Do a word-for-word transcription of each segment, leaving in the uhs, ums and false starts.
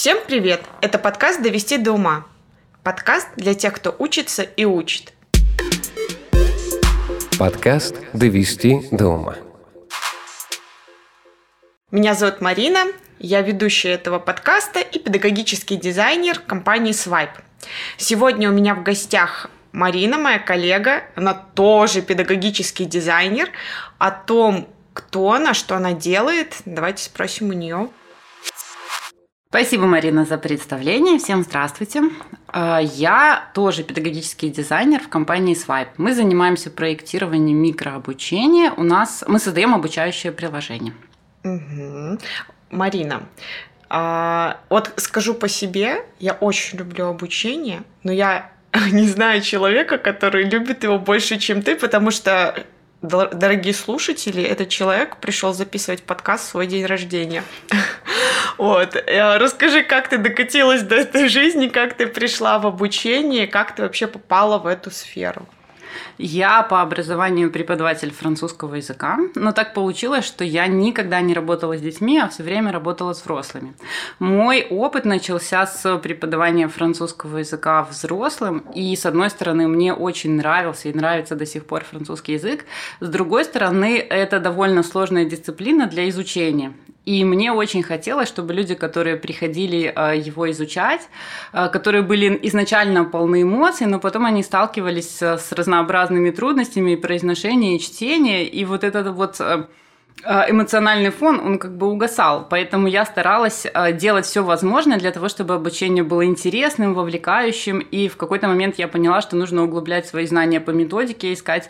Всем привет! Это подкаст «Довести до ума». Подкаст для тех, кто учится и учит. Подкаст «Довести до ума». Меня зовут Марина, я ведущая этого подкаста и педагогический дизайнер компании Swipe. Сегодня у меня в гостях Марина, моя коллега, она тоже педагогический дизайнер. О том, кто она, что она делает, давайте спросим у нее. Спасибо, Марина, за представление. Всем здравствуйте. Я тоже педагогический дизайнер в компании Swipe. Мы занимаемся проектированием микрообучения. У нас мы создаем обучающее приложение. Угу. Марина, а, вот скажу по себе, я очень люблю обучение, но я не знаю человека, который любит его больше, чем ты, потому что, дорогие слушатели, этот человек пришел записывать подкаст в свой день рождения. Вот. Расскажи, как ты докатилась до этой жизни, как ты пришла в обучение, как ты вообще попала в эту сферу? Я по образованию преподаватель французского языка, но так получилось, что я никогда не работала с детьми, а все время работала с взрослыми. Мой опыт начался с преподавания французского языка взрослым, и с одной стороны мне очень нравился и нравится до сих пор французский язык, с другой стороны это довольно сложная дисциплина для изучения. И мне очень хотелось, чтобы люди, которые приходили его изучать, которые были изначально полны эмоций, но потом они сталкивались с разнообразными трудностями и произношения, и чтения, и вот этот вот эмоциональный фон, он как бы угасал. Поэтому я старалась делать все возможное для того, чтобы обучение было интересным, вовлекающим. И в какой-то момент я поняла, что нужно углублять свои знания по методике, искать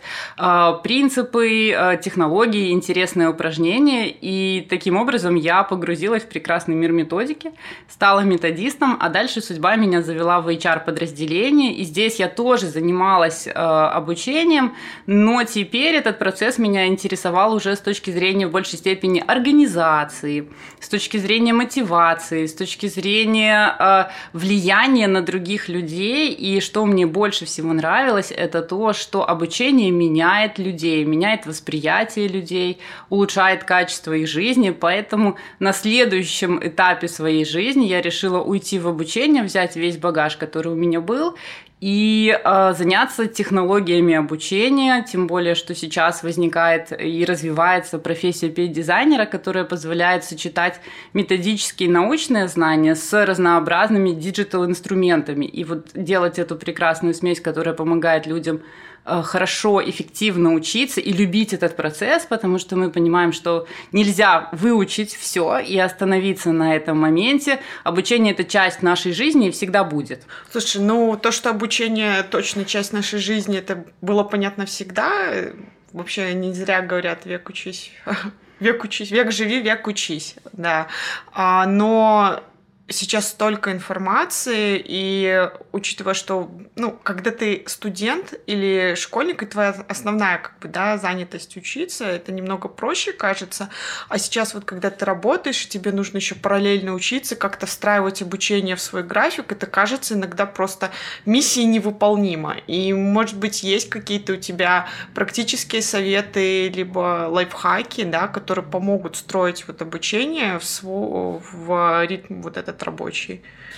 принципы, технологии, интересные упражнения. И таким образом я погрузилась в прекрасный мир методики, стала методистом, а дальше судьба меня завела в эйч ар-подразделение. И здесь я тоже занималась обучением, но теперь этот процесс меня интересовал уже с точки зрения в большей степени организации, с точки зрения мотивации, с точки зрения э, влияния на других людей. И что мне больше всего нравилось, это то, что обучение меняет людей, меняет восприятие людей, улучшает качество их жизни. Поэтому на следующем этапе своей жизни я решила уйти в обучение, взять весь багаж, который у меня был, и э, заняться технологиями обучения, тем более, что сейчас возникает и развивается профессия педдизайнера, которая позволяет сочетать методические и научные знания с разнообразными диджитал-инструментами. И вот делать эту прекрасную смесь, которая помогает людям хорошо, эффективно учиться и любить этот процесс, потому что мы понимаем, что нельзя выучить все и остановиться на этом моменте. Обучение – это часть нашей жизни и всегда будет. Слушай, ну то, что обучение точно часть нашей жизни, это было понятно всегда. Вообще не зря говорят «век учись». Век учись, век живи, век учись. Да. А, но сейчас столько информации, и учитывая, что, ну, когда ты студент или школьник, и твоя основная, как бы, да, занятость учиться, это немного проще кажется, а сейчас вот, когда ты работаешь, и тебе нужно еще параллельно учиться, как-то встраивать обучение в свой график, это кажется иногда просто миссией невыполнимо. И, может быть, есть какие-то у тебя практические советы, либо лайфхаки, да, которые помогут строить вот обучение в, свой, в ритм вот этот рабочий.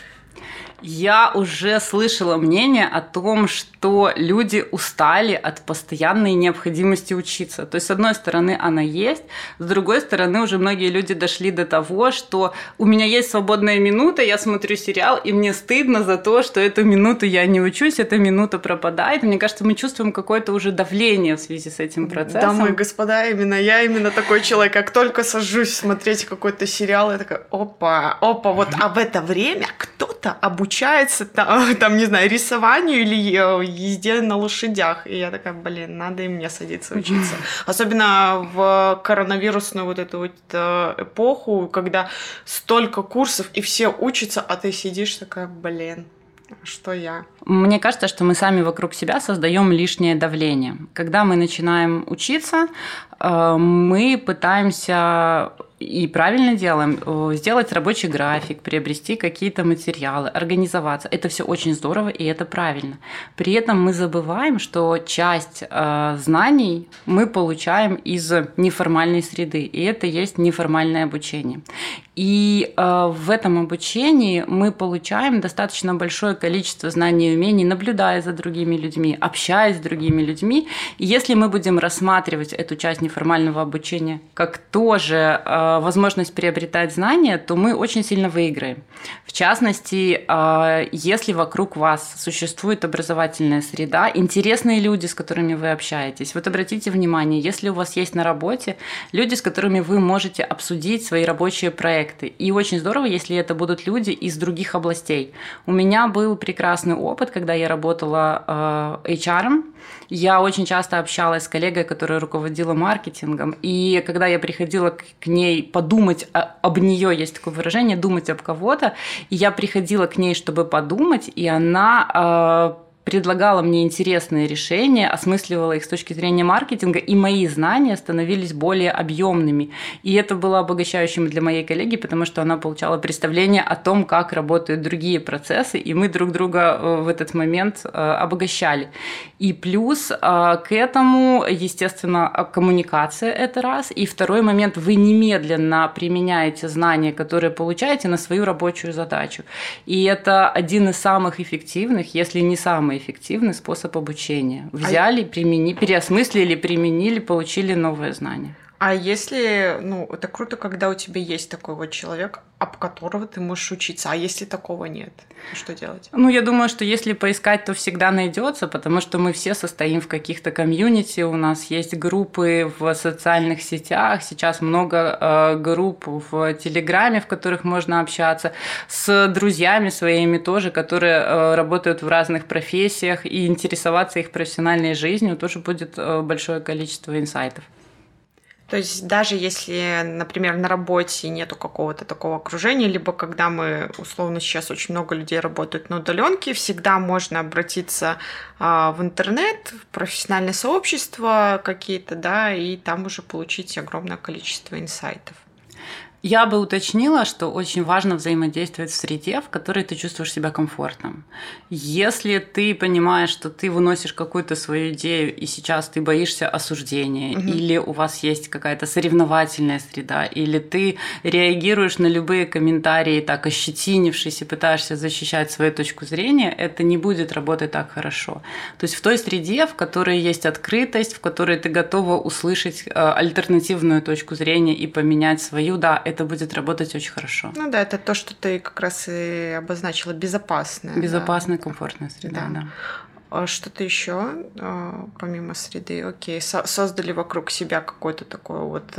Я уже слышала мнение о том, что люди устали от постоянной необходимости учиться. То есть, с одной стороны, она есть, с другой стороны, уже многие люди дошли до того, что у меня есть свободная минута, я смотрю сериал, и мне стыдно за то, что эту минуту я не учусь, эта минута пропадает. Мне кажется, мы чувствуем какое-то уже давление в связи с этим процессом. Дамы и господа, именно я именно такой человек, как только сажусь смотреть какой-то сериал, я такая, опа, опа, вот, а в это время кто-то обучается там, там, не знаю, рисованию или езде на лошадях. И я такая, блин, надо и мне садиться учиться. Особенно в коронавирусную вот эту вот эпоху, когда столько курсов, и все учатся, а ты сидишь такая, блин, что я? Мне кажется, что мы сами вокруг себя создаем лишнее давление. Когда мы начинаем учиться, мы пытаемся и правильно делаем, сделать рабочий график, приобрести какие-то материалы, организоваться. Это все очень здорово, и это правильно. При этом мы забываем, что часть э, знаний мы получаем из неформальной среды, и это есть неформальное обучение. И э, в этом обучении мы получаем достаточно большое количество знаний и умений, наблюдая за другими людьми, общаясь с другими людьми. И если мы будем рассматривать эту часть неформального обучения как тоже э, возможность приобретать знания, то мы очень сильно выиграем. В частности, э, если вокруг вас существует образовательная среда, интересные люди, с которыми вы общаетесь. Вот обратите внимание, если у вас есть на работе люди, с которыми вы можете обсудить свои рабочие проекты. И очень здорово, если это будут люди из других областей. У меня был прекрасный опыт, когда я работала э, эйч ар. Я очень часто общалась с коллегой, которая руководила маркетингом. И когда я приходила к, к ней подумать об нее, есть такое выражение, думать об кого-то, и я приходила к ней, чтобы подумать, и она... Э, предлагала мне интересные решения, осмысливала их с точки зрения маркетинга, и мои знания становились более объемными. И это было обогащающим для моей коллеги, потому что она получала представление о том, как работают другие процессы, и мы друг друга в этот момент обогащали. И плюс к этому, естественно, коммуникация – это раз. И второй момент – вы немедленно применяете знания, которые получаете, на свою рабочую задачу. И это один из самых эффективных, если не самый эффективный способ обучения. Взяли, применили, переосмыслили, применили, получили новые знания. А если, ну, это круто, когда у тебя есть такой вот человек, об которого ты можешь учиться, а если такого нет, что делать? Ну, я думаю, что если поискать, то всегда найдется, потому что мы все состоим в каких-то комьюнити, у нас есть группы в социальных сетях, сейчас много э, групп в Телеграме, в которых можно общаться, с друзьями своими тоже, которые э, работают в разных профессиях, и интересоваться их профессиональной жизнью тоже будет э, большое количество инсайтов. То есть даже если, например, на работе нету какого-то такого окружения, либо когда мы, условно, сейчас очень много людей работают на удаленке, всегда можно обратиться а, в интернет, в профессиональное сообщество какие-то, да, и там уже получить огромное количество инсайтов. Я бы уточнила, что очень важно взаимодействовать в среде, в которой ты чувствуешь себя комфортным. Если ты понимаешь, что ты выносишь какую-то свою идею, и сейчас ты боишься осуждения, угу. или у вас есть какая-то соревновательная среда, или ты реагируешь на любые комментарии, так ощетинившись и пытаешься защищать свою точку зрения, это не будет работать так хорошо. То есть в той среде, в которой есть открытость, в которой ты готова услышать альтернативную точку зрения и поменять свою, да, это это будет работать очень хорошо. Ну да, это то, что ты как раз и обозначила, безопасная. Безопасная, да. Комфортная среда, да. да. Что-то еще помимо среды, окей, создали вокруг себя какой-то такой вот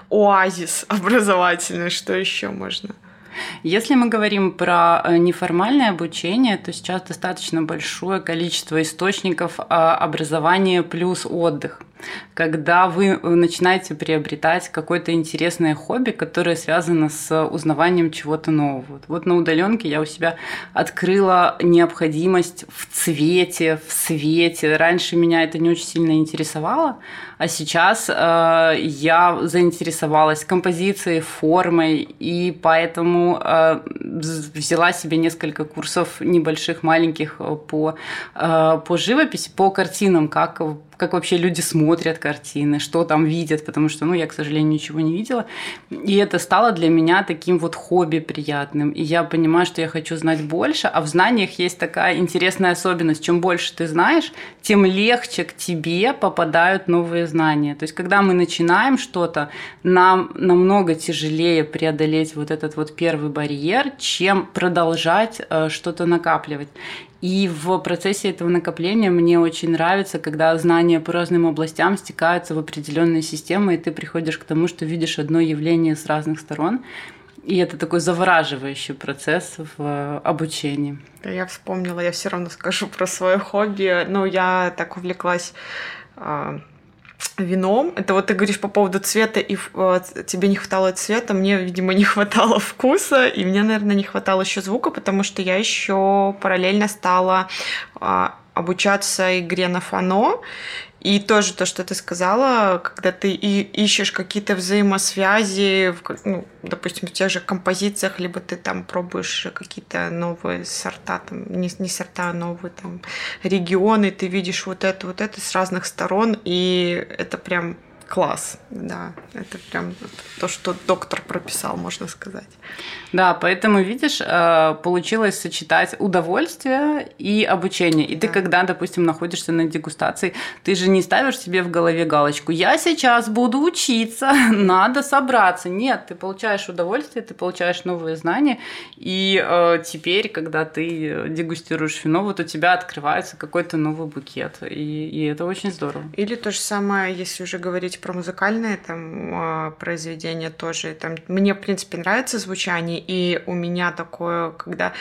оазис образовательный, что еще можно? Если мы говорим про неформальное обучение, то сейчас достаточно большое количество источников образования плюс отдых. Когда вы начинаете приобретать какое-то интересное хобби, которое связано с узнаванием чего-то нового. Вот на удаленке я у себя открыла необходимость в цвете, в свете. Раньше меня это не очень сильно интересовало, а сейчас э, я заинтересовалась композицией, формой, и поэтому э, взяла себе несколько курсов небольших, маленьких по, э, по живописи, по картинам, как как вообще люди смотрят картины, что там видят, потому что, ну, я, к сожалению, ничего не видела. И это стало для меня таким вот хобби приятным. И я понимаю, что я хочу знать больше, а в знаниях есть такая интересная особенность. Чем больше ты знаешь, тем легче к тебе попадают новые знания. То есть, когда мы начинаем что-то, нам намного тяжелее преодолеть вот этот вот первый барьер, чем продолжать э, что-то накапливать. И в процессе этого накопления мне очень нравится, когда знания по разным областям стекаются в определенные системы, и ты приходишь к тому, что видишь одно явление с разных сторон. И это такой завораживающий процесс в обучении. Я вспомнила, я все равно скажу про свое хобби. Ну, я так увлеклась вином. Это вот ты говоришь по поводу цвета, и тебе не хватало цвета, мне, видимо, не хватало вкуса, и мне, наверное, не хватало еще звука, потому что я еще параллельно стала обучаться игре на фано. И тоже то, что ты сказала, когда ты и ищешь какие-то взаимосвязи, в, ну, допустим, в тех же композициях, либо ты там пробуешь какие-то новые сорта, там, не, не сорта, а новые там регионы, ты видишь вот это, вот это с разных сторон, и это прям класс, да, это прям то, что доктор прописал, можно сказать. Да, поэтому, видишь, получилось сочетать удовольствие и обучение. И да. Ты, когда, допустим, находишься на дегустации, ты же не ставишь себе в голове галочку «я сейчас буду учиться, надо собраться». Нет, ты получаешь удовольствие, ты получаешь новые знания, и э, теперь, когда ты дегустируешь вино, вот у тебя открывается какой-то новый букет, и, и это очень здорово. Или то же самое, если уже говорить про музыкальные там произведения тоже. Там, мне, в принципе, нравится звучание, и у меня такое, когда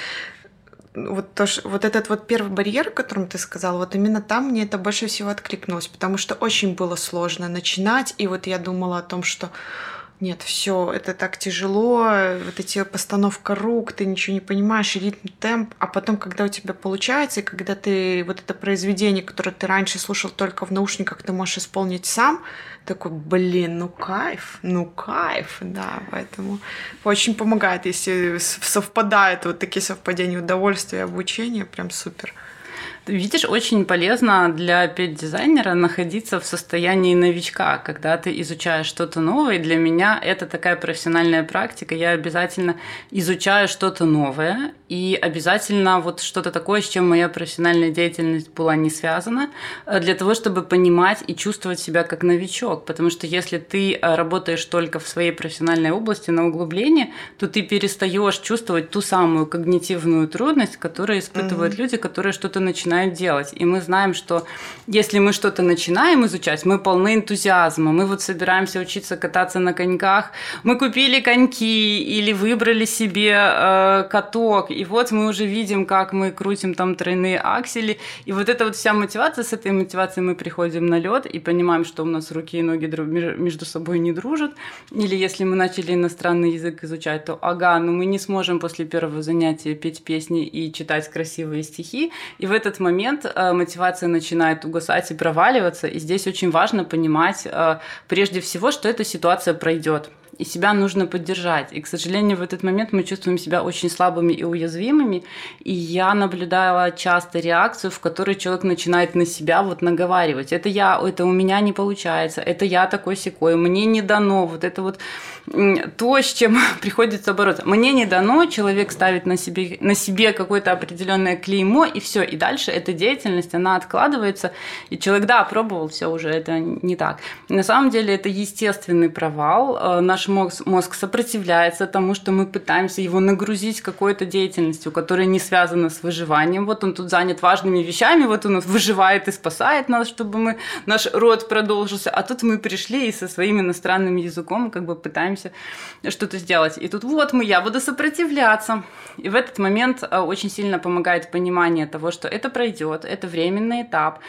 вот, то, вот этот вот первый барьер, о котором ты сказала, вот именно там мне это больше всего откликнулось, потому что очень было сложно начинать, и вот я думала о том, что нет, все, это так тяжело, вот эти постановка рук, ты ничего не понимаешь, ритм, темп, а потом, когда у тебя получается, и когда ты вот это произведение, которое ты раньше слушал только в наушниках, ты можешь исполнить сам, такой, блин, ну кайф, ну кайф, да, поэтому очень помогает, если совпадают вот такие совпадения удовольствия и обучения, прям супер. Видишь, очень полезно для пет-дизайнера находиться в состоянии новичка, когда ты изучаешь что-то новое. Для меня это такая профессиональная практика. Я обязательно изучаю что-то новое и обязательно вот что-то такое, с чем моя профессиональная деятельность была не связана, для того, чтобы понимать и чувствовать себя как новичок. Потому что если ты работаешь только в своей профессиональной области на углубление, то ты перестаешь чувствовать ту самую когнитивную трудность, которую испытывают mm-hmm. люди, которые что-то начинают делать. И мы знаем, что если мы что-то начинаем изучать, мы полны энтузиазма, мы вот собираемся учиться кататься на коньках, мы купили коньки или выбрали себе э, каток, и вот мы уже видим, как мы крутим там тройные аксели, и вот эта вот вся мотивация, с этой мотивацией мы приходим на лед и понимаем, что у нас руки и ноги между собой не дружат, или если мы начали иностранный язык изучать, то ага, ну мы не сможем после первого занятия петь песни и читать красивые стихи, и в этот момент э, мотивация начинает угасать и проваливаться, и здесь очень важно понимать э, прежде всего, что эта ситуация пройдет. И себя нужно поддержать. И, к сожалению, в этот момент мы чувствуем себя очень слабыми и уязвимыми. И я наблюдала часто реакцию, в которой человек начинает на себя вот наговаривать. Это я, это у меня не получается, это я такой-сякой, мне не дано. Вот это вот то, с чем приходится бороться. Мне не дано, человек ставит на себе, на себе какое-то определенное клеймо, и все. И дальше эта деятельность, она откладывается. И человек, да, пробовал, все уже, это не так. На самом деле это естественный провал. Наш мозг, мозг сопротивляется тому, что мы пытаемся его нагрузить какой-то деятельностью, которая не связана с выживанием. Вот он тут занят важными вещами, вот он выживает и спасает нас, чтобы мы, наш род продолжился. А тут мы пришли и со своим иностранным языком как бы пытаемся что-то сделать. И тут вот мы, я буду сопротивляться. И в этот момент очень сильно помогает понимание того, что это пройдет, это временный этап.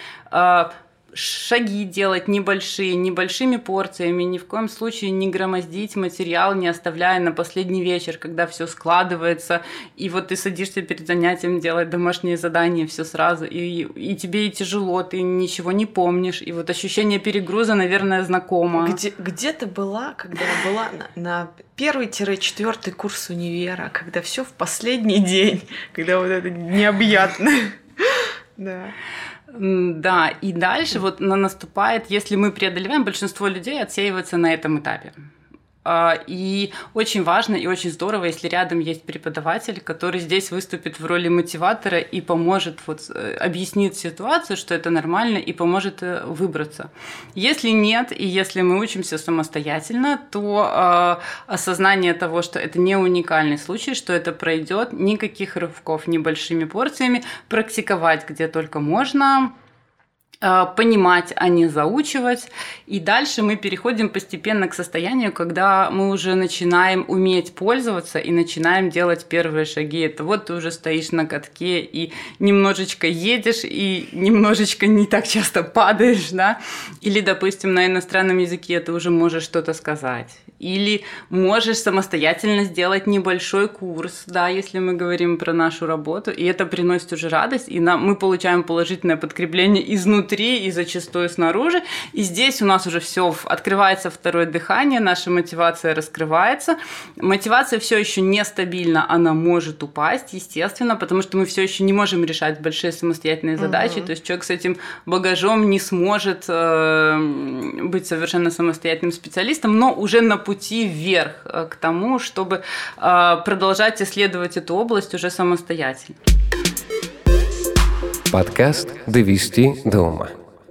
Шаги делать небольшие, небольшими порциями, ни в коем случае не громоздить материал, не оставляя на последний вечер, когда все складывается, и вот ты садишься перед занятием делать домашние задания, все сразу, и, и тебе и тяжело, ты ничего не помнишь, и вот ощущение перегруза, наверное, знакомо. Где, где ты была, когда я была на, на первый-четвертый курс универа, когда все в последний день, когда вот это необъятно, да. Да, и дальше вот наступает, если мы преодолеваем, большинство людей отсеивается на этом этапе. И очень важно и очень здорово, если рядом есть преподаватель, который здесь выступит в роли мотиватора и поможет, вот, объяснит ситуацию, что это нормально, и поможет выбраться. Если нет, и если мы учимся самостоятельно, то э, осознание того, что это не уникальный случай, что это пройдет, никаких рывков небольшими порциями, практиковать где только можно, понимать, а не заучивать. И дальше мы переходим постепенно к состоянию, когда мы уже начинаем уметь пользоваться и начинаем делать первые шаги. Это вот ты уже стоишь на катке и немножечко едешь, и немножечко не так часто падаешь, да? Или, допустим, на иностранном языке ты уже можешь что-то сказать. или можешь самостоятельно сделать небольшой курс, да, если мы говорим про нашу работу, и это приносит уже радость, и нам, мы получаем положительное подкрепление изнутри и зачастую снаружи, и здесь у нас уже все открывается второе дыхание, наша мотивация раскрывается. Мотивация все еще нестабильна, она может упасть, естественно, потому что мы все еще не можем решать большие самостоятельные задачи, угу. То есть человек с этим багажом не сможет э, быть совершенно самостоятельным специалистом, но уже на пути вверх э, к тому, чтобы э, продолжать исследовать эту область уже самостоятельно. Подкаст «Довести до ума».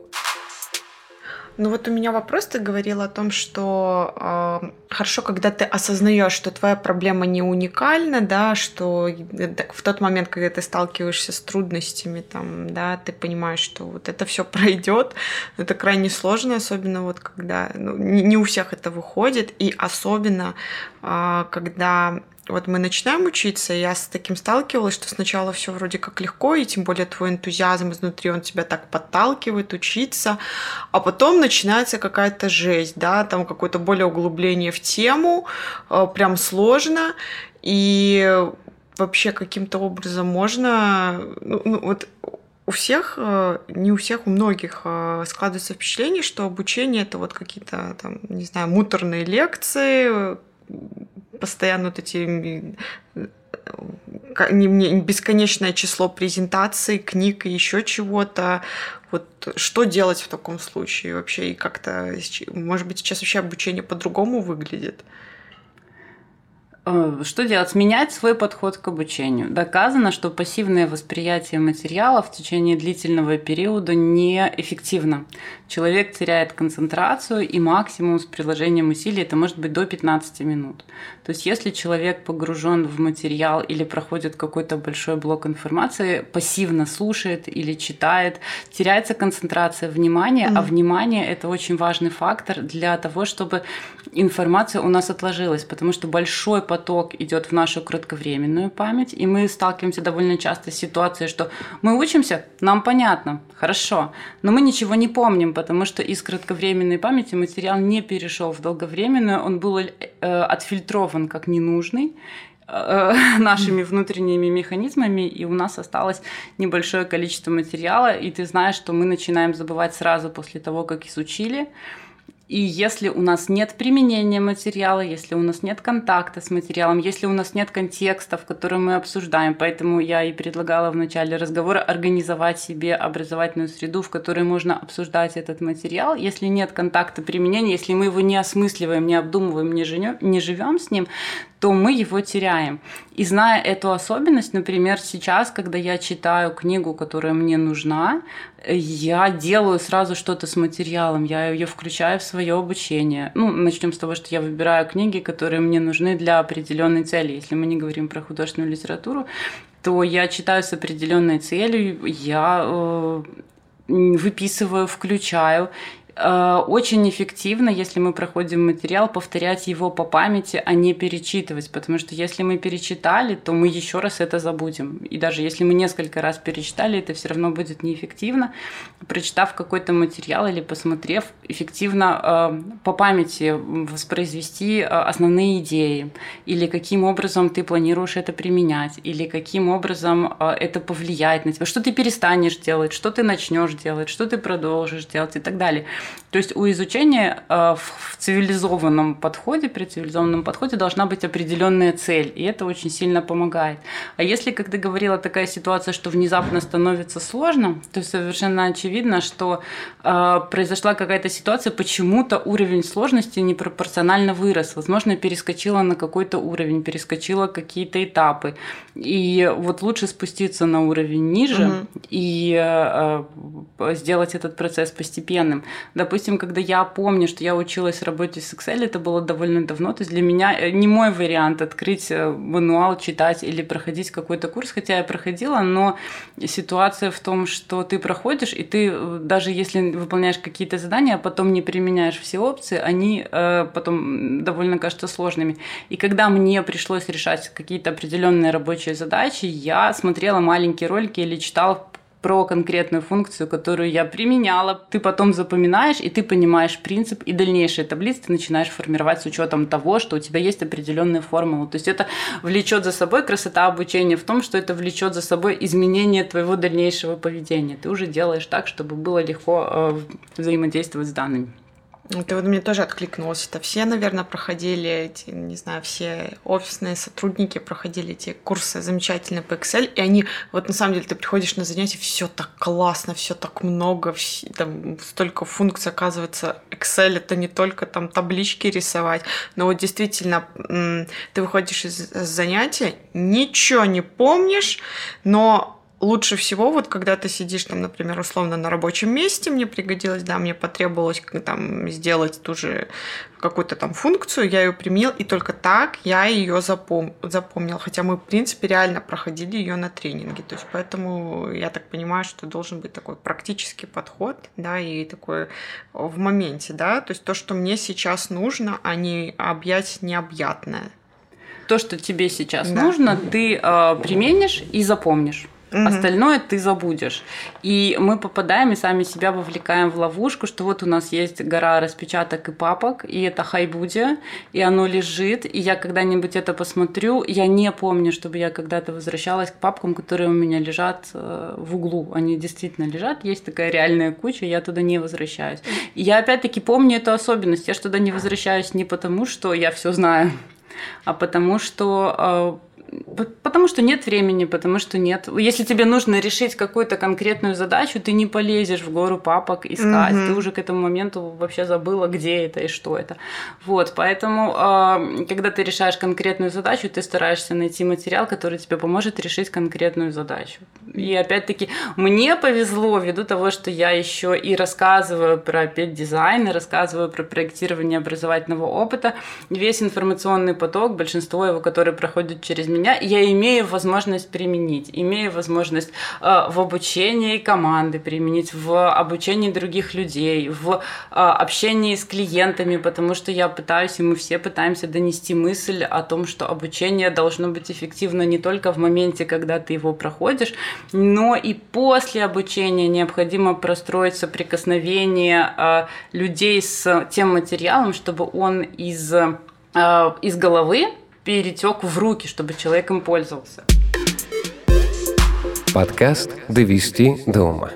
Ну вот у меня вопрос, ты говорила о том, что э, хорошо, когда ты осознаешь, что твоя проблема не уникальна, да, что в тот момент, когда ты сталкиваешься с трудностями, там, да, ты понимаешь, что вот это все пройдет, это крайне сложно, особенно вот когда, ну, не, не у всех это выходит, и особенно э, когда вот мы начинаем учиться, и я с таким сталкивалась, что сначала все вроде как легко, и тем более твой энтузиазм изнутри, он тебя так подталкивает учиться, а потом начинается какая-то жесть, да, там какое-то более углубление в тему, прям сложно, и вообще каким-то образом можно, ну, ну вот у всех, не у всех, у многих складывается впечатление, что обучение — это вот какие-то там, не знаю, муторные лекции, постоянно вот эти бесконечное число презентаций, книг и еще чего-то. Вот что делать в таком случае вообще? И как-то, может быть, сейчас вообще обучение по-другому выглядит? Что делать? Менять свой подход к обучению. Доказано, что пассивное восприятие материала в течение длительного периода неэффективно. Человек теряет концентрацию, и максимум с приложением усилий это может быть до пятнадцати минут. То есть если человек погружен в материал или проходит какой-то большой блок информации, пассивно слушает или читает, теряется концентрация внимания, mm. а внимание – это очень важный фактор для того, чтобы информация у нас отложилась, потому что большой поток идет в нашу кратковременную память, и мы сталкиваемся довольно часто с ситуацией, что мы учимся, нам понятно, хорошо, но мы ничего не помним, потому что из кратковременной памяти материал не перешел в долговременную, он был э, отфильтрован как ненужный э, нашими внутренними механизмами, и у нас осталось небольшое количество материала, и ты знаешь, что мы начинаем забывать сразу после того, как изучили. И если у нас нет применения материала, если у нас нет контакта с материалом, если у нас нет контекста, в котором мы обсуждаем, поэтому я и предлагала в начале разговора организовать себе образовательную среду, в которой можно обсуждать этот материал. Если нет контакта применения, если мы его не осмысливаем, не обдумываем, не живем, не живем с ним, то мы его теряем. И зная эту особенность, например, сейчас, когда я читаю книгу, которая мне нужна, я делаю сразу что-то с материалом, я ее включаю в свое обучение. Ну, начнем с того, что я выбираю книги, которые мне нужны для определенной цели. Если мы не говорим про художественную литературу, то я читаю с определенной целью, я э, выписываю, включаю. Очень эффективно, если мы проходим материал, повторять его по памяти, а не перечитывать, потому что если мы перечитали, то мы еще раз это забудем. И даже если мы несколько раз перечитали, это все равно будет неэффективно. Прочитав какой-то материал или посмотрев, эффективно э, по памяти воспроизвести основные идеи, или каким образом ты планируешь это применять, или каким образом э, это повлияет на тебя, что ты перестанешь делать, что ты начнешь делать, что ты продолжишь делать и так далее. То есть у изучения э, в цивилизованном подходе, при цивилизованном подходе должна быть определенная цель, и это очень сильно помогает. А если, как ты говорила, такая ситуация, что внезапно становится сложно, то совершенно очевидно, что э, произошла какая-то ситуация, почему-то уровень сложности непропорционально вырос, возможно, перескочила на какой-то уровень, перескочила какие-то этапы, и вот лучше спуститься на уровень ниже угу. и э, э, сделать этот процесс постепенным. Допустим, когда я помню, что я училась работе с Excel, это было довольно давно, то есть для меня не мой вариант открыть мануал, читать или проходить какой-то курс, хотя я проходила, но ситуация в том, что ты проходишь, и ты даже если выполняешь какие-то задания, а потом не применяешь все опции, они э, потом довольно кажутся сложными. И когда мне пришлось решать какие-то определенные рабочие задачи, я смотрела маленькие ролики или читала про конкретную функцию, которую я применяла. Ты потом запоминаешь, и ты понимаешь принцип, и дальнейшие таблицы ты начинаешь формировать с учетом того, что у тебя есть определенные формулы. То есть это влечет за собой, красота обучения в том, что это влечет за собой изменение твоего дальнейшего поведения. Ты уже делаешь так, чтобы было легко э, взаимодействовать с данными. Это вот мне тоже откликнулось. Это все, наверное, проходили эти, не знаю, все офисные сотрудники проходили эти курсы замечательные по Excel, и они, вот на самом деле, ты приходишь на занятия, все так классно, все так много, все, там столько функций, оказывается, Excel это не только там таблички рисовать, но вот действительно ты выходишь из занятия, ничего не помнишь, но лучше всего, вот когда ты сидишь там, например, условно на рабочем месте, мне пригодилось, да, мне потребовалось там сделать ту же какую-то там функцию, я ее применил, и только так я ее запом... запомнил. Хотя мы, в принципе, реально проходили ее на тренинге. То есть поэтому я так понимаю, что должен быть такой практический подход, да, и такой в моменте, да, то есть то, что мне сейчас нужно, а не объять необъятное. То, что тебе сейчас да. нужно, ты э, применишь и запомнишь. Угу. Остальное ты забудешь. И мы попадаем и сами себя вовлекаем в ловушку, что вот у нас есть гора распечаток и папок, и это хайбуди, и оно лежит, и я когда-нибудь это посмотрю, я не помню, чтобы я когда-то возвращалась к папкам, которые у меня лежат в углу. Они действительно лежат, есть такая реальная куча, я туда не возвращаюсь. И я опять-таки помню эту особенность, я же туда не возвращаюсь не потому, что я все знаю, а потому что... Потому что нет времени, потому что нет. Если тебе нужно решить какую-то конкретную задачу, ты не полезешь в гору папок искать. Mm-hmm. Ты уже к этому моменту вообще забыла, где это и что это. Вот, поэтому, когда ты решаешь конкретную задачу, ты стараешься найти материал, который тебе поможет решить конкретную задачу. И опять-таки, мне повезло ввиду того, что я еще и рассказываю про педдизайн, и рассказываю про проектирование образовательного опыта. Весь информационный поток, большинство его, который проходит через меня, я имею возможность применить, имею возможность э, в обучении команды применить, в обучении других людей, в э, общении с клиентами, потому что я пытаюсь, и мы все пытаемся донести мысль о том, что обучение должно быть эффективно не только в моменте, когда ты его проходишь, но и после обучения необходимо простроить соприкосновение э, людей с тем материалом, чтобы он из, э, из головы перетек в руки, чтобы человек им пользовался. Подкаст «Довести до ума».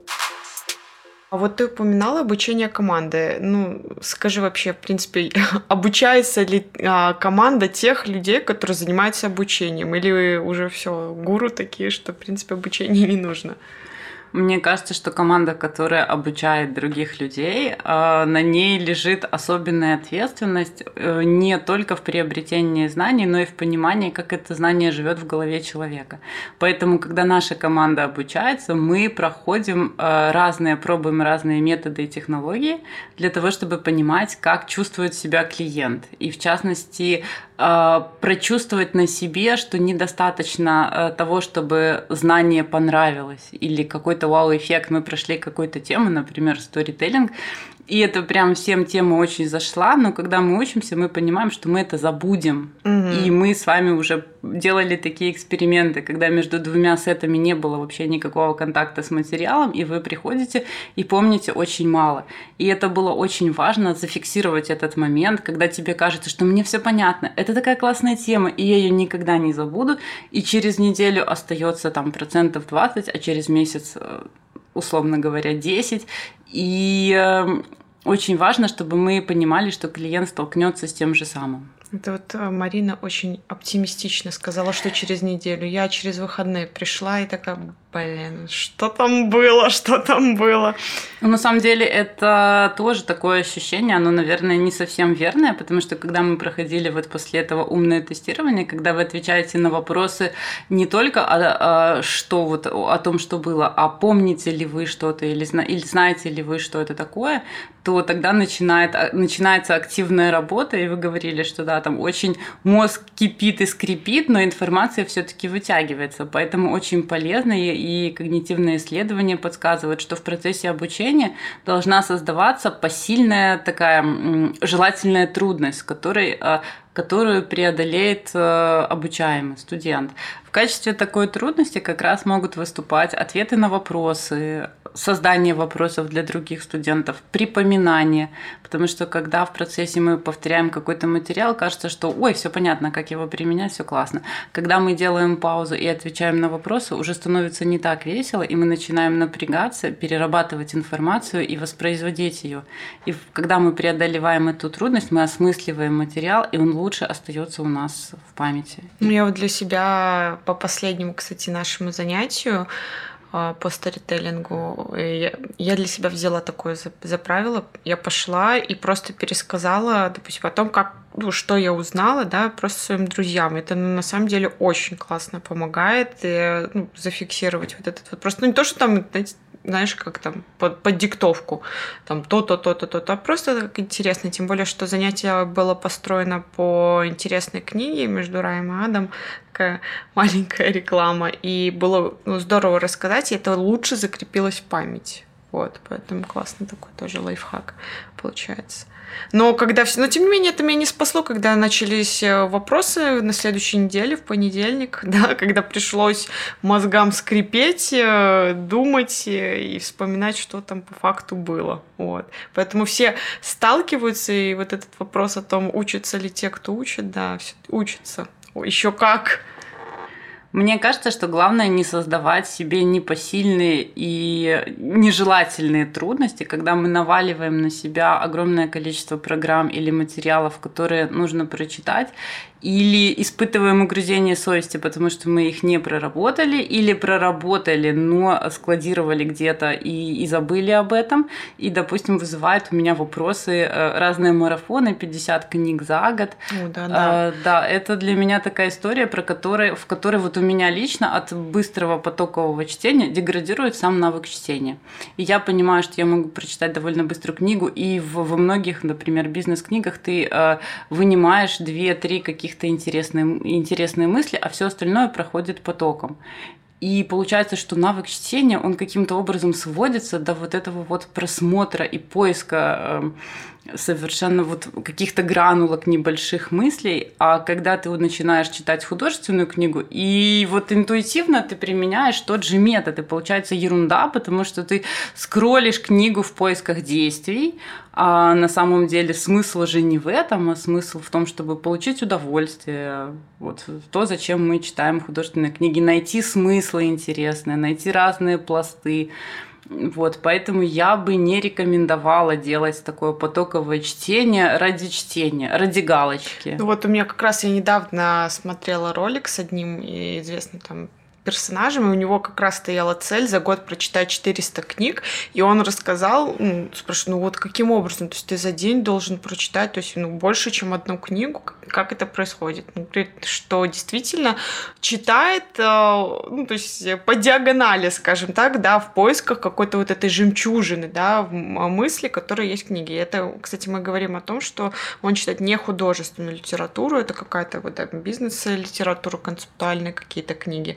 А вот ты упоминала обучение команды. Ну, скажи вообще, в принципе, обучается ли а, команда тех людей, которые занимаются обучением? Или уже все гуру такие, что, в принципе, обучение не нужно? Мне кажется, что команда, которая обучает других людей, на ней лежит особенная ответственность не только в приобретении знаний, но и в понимании, как это знание живет в голове человека. Поэтому, когда наша команда обучается, мы проходим разные, пробуем разные методы и технологии для того, чтобы понимать, как чувствует себя клиент. И в частности, прочувствовать на себе, что недостаточно того, чтобы знание понравилось или какой-то вау-эффект, мы прошли какую-то тему, например, сторителлинг, и это прям всем тема очень зашла, но когда мы учимся, мы понимаем, что мы это забудем. Угу. И мы с вами уже делали такие эксперименты, когда между двумя сетами не было вообще никакого контакта с материалом, и вы приходите и помните очень мало. И это было очень важно зафиксировать этот момент, когда тебе кажется, что мне все понятно, это такая классная тема, и я ее никогда не забуду, и через неделю остается там процентов двадцать, а через месяц, условно говоря, десять. И э, очень важно, чтобы мы понимали, что клиент столкнется с тем же самым. Это вот Марина очень оптимистично сказала, что через неделю. Я через выходные пришла и такая, блин, что там было, что там было? Ну, на самом деле, это тоже такое ощущение, оно, наверное, не совсем верное, потому что, когда мы проходили вот после этого умное тестирование, когда вы отвечаете на вопросы не только о, о, что вот, о том, что было, а помните ли вы что-то или, или знаете ли вы, что это такое, то тогда начинает, начинается активная работа, и вы говорили, что да, там очень мозг кипит и скрипит, но информация все-таки вытягивается. Поэтому очень полезно, и, и когнитивные исследования подсказывают, что в процессе обучения должна создаваться посильная такая желательная трудность, с которой которую преодолеет э, обучаемый студент. В качестве такой трудности как раз могут выступать ответы на вопросы, создание вопросов для других студентов, припоминание, потому что когда в процессе мы повторяем какой-то материал, кажется, что ой, все понятно, как его применять, все классно. Когда мы делаем паузу и отвечаем на вопросы, уже становится не так весело, и мы начинаем напрягаться, перерабатывать информацию и воспроизводить ее. И когда мы преодолеваем эту трудность, мы осмысливаем материал, и он лучше остается у нас в памяти. Я вот для себя по последнему, кстати, нашему занятию по сторителлингу, я, я для себя взяла такое за, за правило. Я пошла и просто пересказала, допустим, о том, как, ну, что я узнала, да, просто своим друзьям. Это, ну, на самом деле очень классно помогает, и, ну, зафиксировать вот этот вот. Просто, ну, не то, что там, знаешь, как там, под, под диктовку, там то-то, то-то, то-то, а просто так интересно. Тем более, что занятие было построено по интересной книге между Раем и Адом, такая маленькая реклама, и было, ну, здорово рассказать, и это лучше закрепилось в памяти. Вот, поэтому классно такой тоже лайфхак получается. Но когда все, но тем не менее это меня не спасло, когда начались вопросы на следующей неделе, в понедельник, да, когда пришлось мозгам скрипеть, думать и вспоминать, что там по факту было. Вот. Поэтому все сталкиваются, и вот этот вопрос о том, учатся ли те, кто учит, да, все учатся. Еще как. Мне кажется, что главное не создавать себе непосильные и нежелательные трудности, когда мы наваливаем на себя огромное количество программ или материалов, которые нужно прочитать, или испытываем угрызение совести, потому что мы их не проработали, или проработали, но складировали где-то и, и забыли об этом, и, допустим, вызывают у меня вопросы разные марафоны, пятьдесят книг за год. О, да, да. А, да, это для меня такая история, про которой, в которой вот у меня лично от быстрого потокового чтения деградирует сам навык чтения. И я понимаю, что я могу прочитать довольно быструю книгу, и в, во многих, например, бизнес-книгах ты э, вынимаешь две-три каких каких-то интересные, интересные мысли, а все остальное проходит потоком. И получается, что навык чтения, он каким-то образом сводится до вот этого вот просмотра и поиска э, совершенно вот каких-то гранулок небольших мыслей. А когда ты вот начинаешь читать художественную книгу, и вот интуитивно ты применяешь тот же метод, и получается ерунда, потому что ты скроллишь книгу в поисках действий, а на самом деле смысл же не в этом, а смысл в том, чтобы получить удовольствие. Вот то, зачем мы читаем художественные книги, найти смыслы интересные, найти разные пласты. Вот, поэтому я бы не рекомендовала делать такое потоковое чтение ради чтения, ради галочки. Ну вот у меня как раз я недавно смотрела ролик с одним известным там персонажем, и у него как раз стояла цель за год прочитать четыреста книг, и он рассказал, ну, спрашиваю, ну вот каким образом, то есть ты за день должен прочитать, то есть, ну, больше, чем одну книгу, как это происходит? Он говорит, что действительно читает, ну, то есть по диагонали, скажем так, да, в поисках какой-то вот этой жемчужины, да, мысли, которые есть в книге. И это, кстати, мы говорим о том, что он читает не художественную литературу, это какая-то вот бизнес-литература, концептуальные какие-то книги.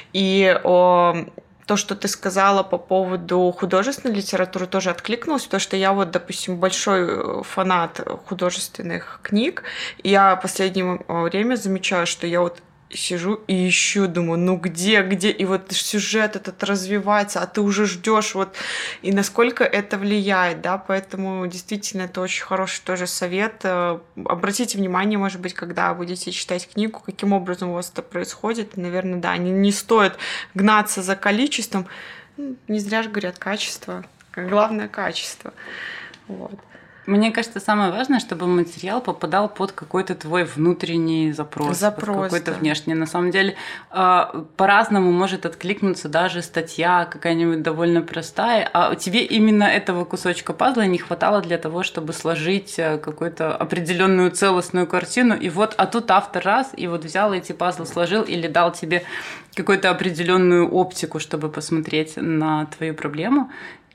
И о, то, что ты сказала по поводу художественной литературы, тоже откликнулось, потому что я вот, допустим, большой фанат художественных книг. И я в последнее время замечаю, что я вот сижу и ищу, думаю, ну где, где, и вот сюжет этот развивается, а ты уже ждешь вот, и насколько это влияет, да, поэтому действительно это очень хороший тоже совет. Обратите внимание, может быть, когда будете читать книгу, каким образом у вас это происходит, наверное, да, не, не стоит гнаться за количеством, не зря же говорят качество, главное качество, вот. Мне кажется, самое важное, чтобы материал попадал под какой-то твой внутренний запрос, запрос под какой-то да. внешний. На самом деле по-разному может откликнуться даже статья какая-нибудь довольно простая, а тебе именно этого кусочка пазла не хватало для того, чтобы сложить какую-то определенную целостную картину. И вот, а тут автор раз, и вот взял эти пазлы, сложил или дал тебе какую-то определенную оптику, чтобы посмотреть на твою проблему.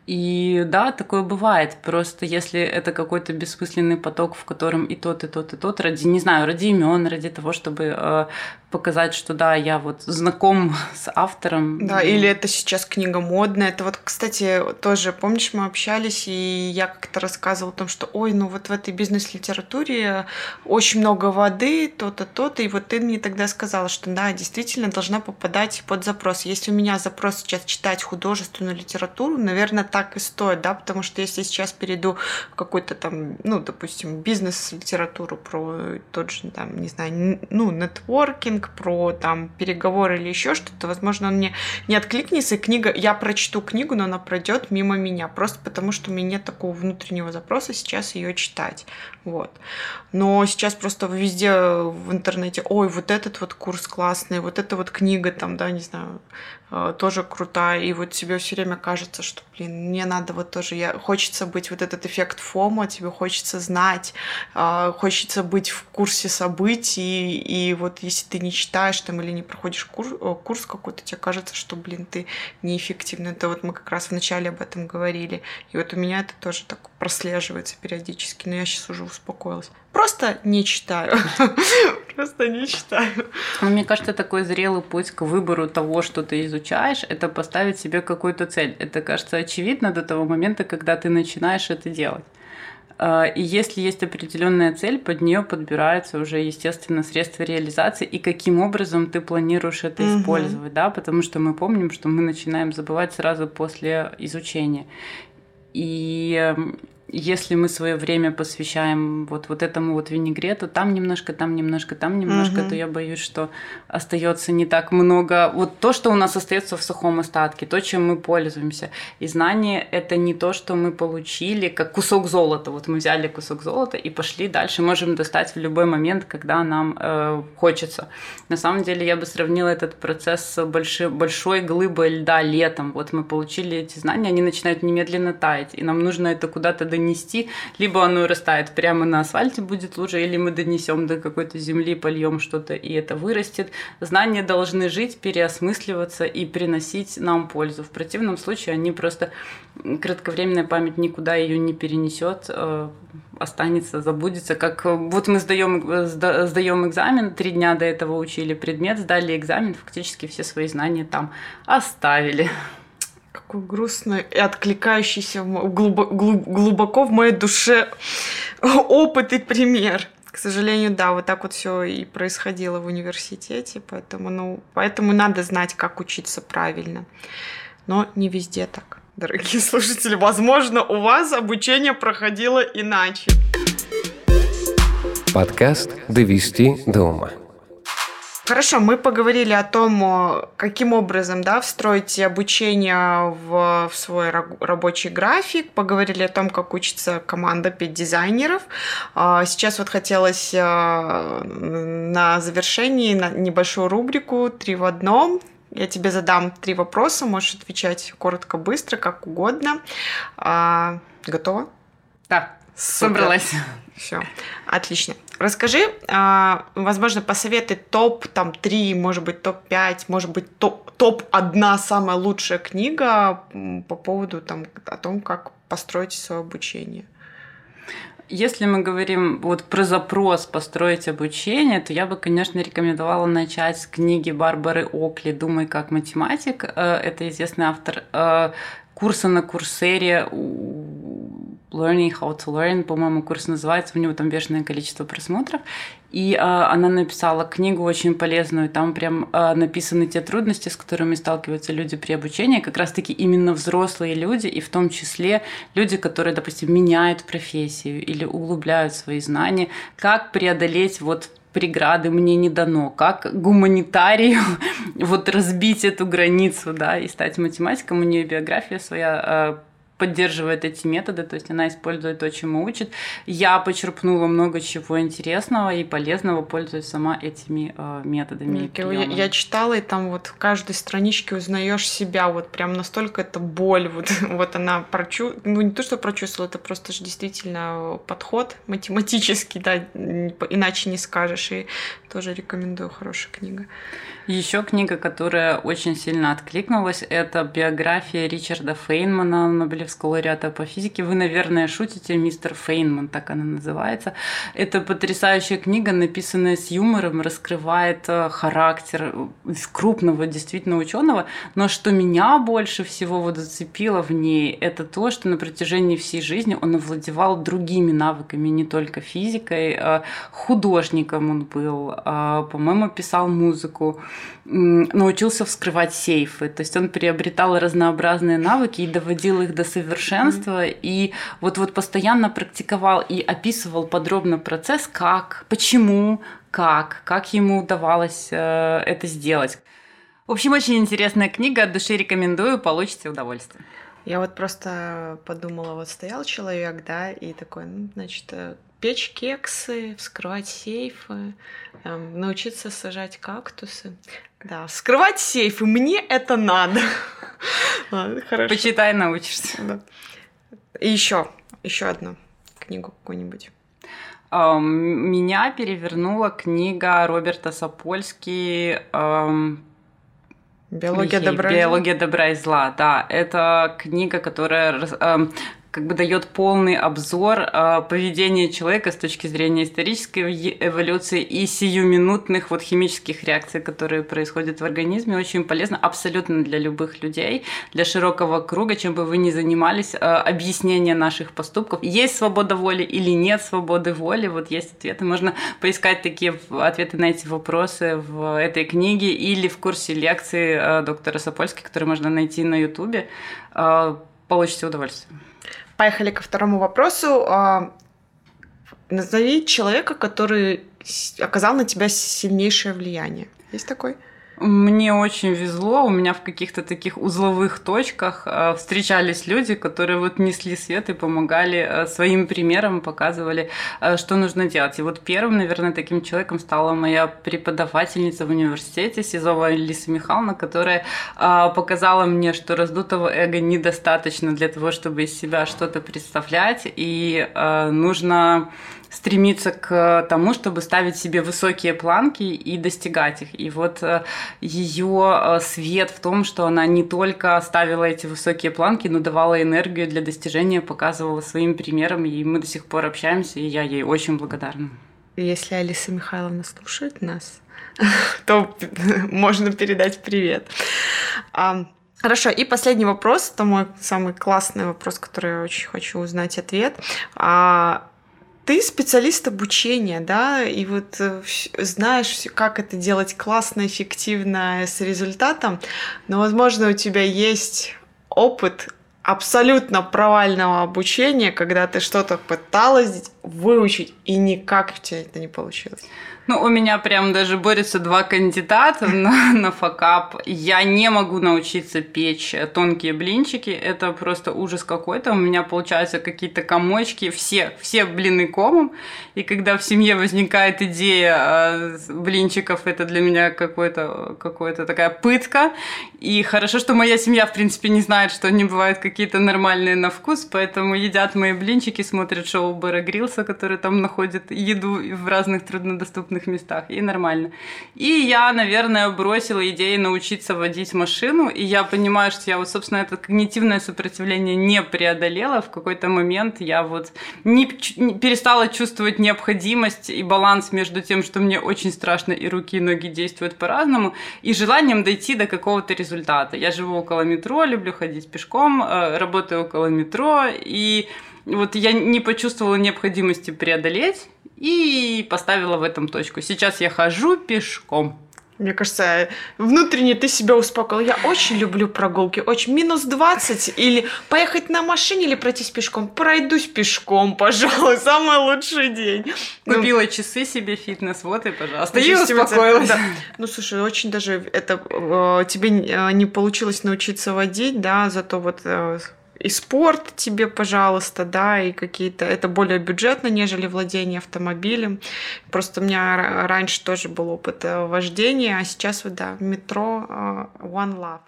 И да, такое бывает. Просто если это какой-то бессмысленный поток, в котором и тот, и тот, и тот, ради, не знаю, ради имен, ради того, чтобы э, показать, что да, я вот знаком с автором. Да, или это сейчас книга модная. Это вот, кстати, тоже, помнишь, мы общались, и я как-то рассказывала о том, что, ой, ну вот в этой бизнес-литературе очень много воды, то-то, то-то, и вот ты мне тогда сказала, что да, действительно должна попадать под запрос. Если у меня запрос сейчас читать художественную литературу, наверное, так и стоит, да, потому что если сейчас перейду в какой-то там, ну, допустим, бизнес-литературу про тот же, там, не знаю, ну, нетворкинг, про там переговоры или еще что-то, возможно, он мне не откликнется, и книга, я прочту книгу, но она пройдет мимо меня, просто потому что у меня нет такого внутреннего запроса сейчас ее читать, вот. Но сейчас просто везде в интернете, ой, вот этот вот курс классный, вот эта вот книга там, да, не знаю, тоже крутая, и вот тебе все время кажется, что, блин, мне надо вот тоже, я, хочется быть вот этот эффект фомо, тебе хочется знать, хочется быть в курсе событий, и вот если ты не читаешь там или не проходишь курс, курс какой-то, тебе кажется, что, блин, ты неэффективный. Это вот мы как раз вначале об этом говорили, и вот у меня это тоже так прослеживается периодически, но я сейчас уже успокоилась. Просто не читаю. Просто не читаю. Мне кажется, такой зрелый путь к выбору того, что ты изучаешь, это поставить себе какую-то цель. Это кажется очевидно до того момента, когда ты начинаешь это делать. И если есть определенная цель, под нее подбираются уже, естественно, средства реализации и каким образом ты планируешь это угу. использовать, да, потому что мы помним, что мы начинаем забывать сразу после изучения. И если мы свое время посвящаем вот, вот этому вот винегрету, там немножко, там немножко, там немножко, угу. то я боюсь, что остается не так много. Вот то, что у нас остается в сухом остатке, то, чем мы пользуемся. И знание – это не то, что мы получили, как кусок золота. Вот мы взяли кусок золота и пошли дальше. Можем достать в любой момент, когда нам э, хочется. На самом деле я бы сравнила этот процесс с большой, большой глыбой льда летом. Вот мы получили эти знания, они начинают немедленно таять, и нам нужно это куда-то донести. Нести, либо оно растает прямо на асфальте, будет лужа, или мы донесем до какой-то земли, польем что-то, и это вырастет. Знания должны жить, переосмысливаться и приносить нам пользу. В противном случае они просто, кратковременная память никуда ее не перенесет, останется, забудется. Как вот мы сдаем, сдаем экзамен, три дня до этого учили предмет, сдали экзамен, фактически все свои знания там оставили. Какой грустный и откликающийся глубоко, глубоко в моей душе опыт и пример. К сожалению, да, вот так вот все и происходило в университете, поэтому, ну, поэтому надо знать, как учиться правильно. Но не везде так, дорогие слушатели. Возможно, у вас обучение проходило иначе. Подкаст «Довести до ума». Хорошо, мы поговорили о том, каким образом, да, встроить обучение в, в свой рабочий график, поговорили о том, как учится команда пять дизайнеров. Сейчас вот хотелось на завершении на небольшую рубрику «Три в одном». Я тебе задам три вопроса, можешь отвечать коротко, быстро, как угодно. Готова? Да, собралась. Все, отлично. Расскажи, возможно, посоветуй топ там три, может быть, топ пять, может быть, топ, топ одна самая лучшая книга по поводу там, о том, как построить свое обучение. Если мы говорим вот про запрос построить обучение, то я бы, конечно, рекомендовала начать с книги Барбары Окли «Думай как математик». Это известный автор курса на Курсере Learning How to Learn, по-моему, курс называется, у него там бешеное количество просмотров, и а, она написала книгу очень полезную, там прям а, написаны те трудности, с которыми сталкиваются люди при обучении, как раз-таки именно взрослые люди, и в том числе люди, которые, допустим, меняют профессию или углубляют свои знания, как преодолеть вот преграды «мне не дано», как гуманитарию вот разбить эту границу, да, и стать математиком. У нее биография своя поддерживает эти методы, то есть она использует то, чему учит. Я почерпнула много чего интересного и полезного, пользуясь сама этими э, методами. Я, я читала, и там вот в каждой страничке узнаешь себя, вот прям настолько это боль, вот, вот она прочу... ну не то, что прочувствовала, это просто же действительно подход математический, да, иначе не скажешь, и тоже рекомендую, хорошая книга. Еще книга, которая очень сильно откликнулась, это биография Ричарда Фейнмана, Нобелевского Нобелевского лауреата по физике. Вы, наверное, шутите, мистер Фейнман, так она называется. Это потрясающая книга, написанная с юмором, раскрывает характер крупного действительно ученого. Но что меня больше всего вот зацепило в ней, это то, что на протяжении всей жизни он овладевал другими навыками, не только физикой. Художником он был, по-моему, писал музыку, научился вскрывать сейфы. То есть он приобретал разнообразные навыки и доводил их до совершенства. Mm-hmm. И вот, вот постоянно практиковал и описывал подробно процесс, как, почему, как, как ему удавалось э, это сделать. В общем, очень интересная книга, от души рекомендую, получите удовольствие. Я вот просто подумала, вот стоял человек, да, и такой, ну, значит, печь кексы, вскрывать сейфы, эм, научиться сажать кактусы. Да, вскрывать сейфы, мне это надо. Ладно, хорошо. Почитай, научишься. Да. И еще, еще одну книгу какую-нибудь. Меня перевернула книга Роберта Сапольски «Биология добра и зла». «Биология добра и зла», да. Это книга, которая как бы дает полный обзор э, поведения человека с точки зрения исторической эволюции и сиюминутных вот химических реакций, которые происходят в организме. Очень полезно абсолютно для любых людей, для широкого круга, чем бы вы ни занимались, э, объяснение наших поступков. Есть свобода воли или нет свободы воли? Вот есть ответы. Можно поискать такие ответы на эти вопросы в этой книге или в курсе лекции э, доктора Сапольски, который можно найти на Ютубе. Э, получите удовольствие. Поехали ко второму вопросу. Назови человека, который оказал на тебя сильнейшее влияние. Есть такой? Мне очень везло, у меня в каких-то таких узловых точках э, встречались люди, которые вот несли свет и помогали э, своим примером, показывали, э, что нужно делать. И вот первым, наверное, таким человеком стала моя преподавательница в университете, Сизова Лиса Михайловна, которая э, показала мне, что раздутого эго недостаточно для того, чтобы из себя что-то представлять, и э, нужно стремиться к тому, чтобы ставить себе высокие планки и достигать их. И вот ее свет в том, что она не только ставила эти высокие планки, но давала энергию для достижения, показывала своим примером, и мы до сих пор общаемся, и я ей очень благодарна. Если Алиса Михайловна слушает нас, то можно передать привет. Хорошо, и последний вопрос, это мой самый классный вопрос, который я очень хочу узнать ответ. Ты специалист обучения, да, и вот знаешь, как это делать классно, эффективно, с результатом, но, возможно, у тебя есть опыт абсолютно провального обучения, когда ты что-то пыталась выучить, и никак у тебя это не получилось. Ну, у меня прям даже борются два кандидата на, на факап. Я не могу научиться печь тонкие блинчики. Это просто ужас какой-то. У меня получаются какие-то комочки. Все, все блины комом. И когда в семье возникает идея блинчиков, это для меня какой-то, какой-то такая пытка. И хорошо, что моя семья, в принципе, не знает, что они бывают какие-то нормальные на вкус. Поэтому едят мои блинчики, смотрят шоу Бэра Гриллса, который там находит еду в разных труднодоступных местах, и нормально. И я, наверное, бросила идею научиться водить машину, и я понимаю, что я вот, собственно, это когнитивное сопротивление не преодолела. В какой-то момент я вот не, не перестала чувствовать необходимость и баланс между тем, что мне очень страшно, и руки, и ноги действуют по-разному, и желанием дойти до какого-то результата. Я живу около метро, люблю ходить пешком, работаю около метро, и вот я не почувствовала необходимости преодолеть, и поставила в этом точку. Сейчас я хожу пешком. Мне кажется, внутренне ты себя успокоила. Я очень люблю прогулки. Очень минус двадцать. Или поехать на машине, или пройтись пешком. Пройдусь пешком, пожалуй. Самый лучший день. Купила ну, часы себе, фитнес, вот и, пожалуйста. И успокоилась. Да. Ну, слушай, очень даже это э, тебе не получилось научиться водить, да, зато вот... Э, и спорт тебе, пожалуйста, да, и какие-то... Это более бюджетно, нежели владение автомобилем. Просто у меня раньше тоже был опыт вождения, а сейчас вот, да, метро One Love.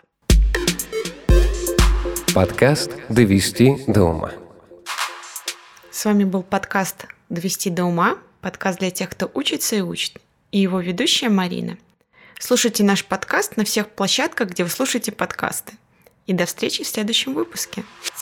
Подкаст «Довести до ума». С вами был подкаст «Довести до ума», подкаст для тех, кто учится и учит, и его ведущая Марина. Слушайте наш подкаст на всех площадках, где вы слушаете подкасты. И до встречи в следующем выпуске.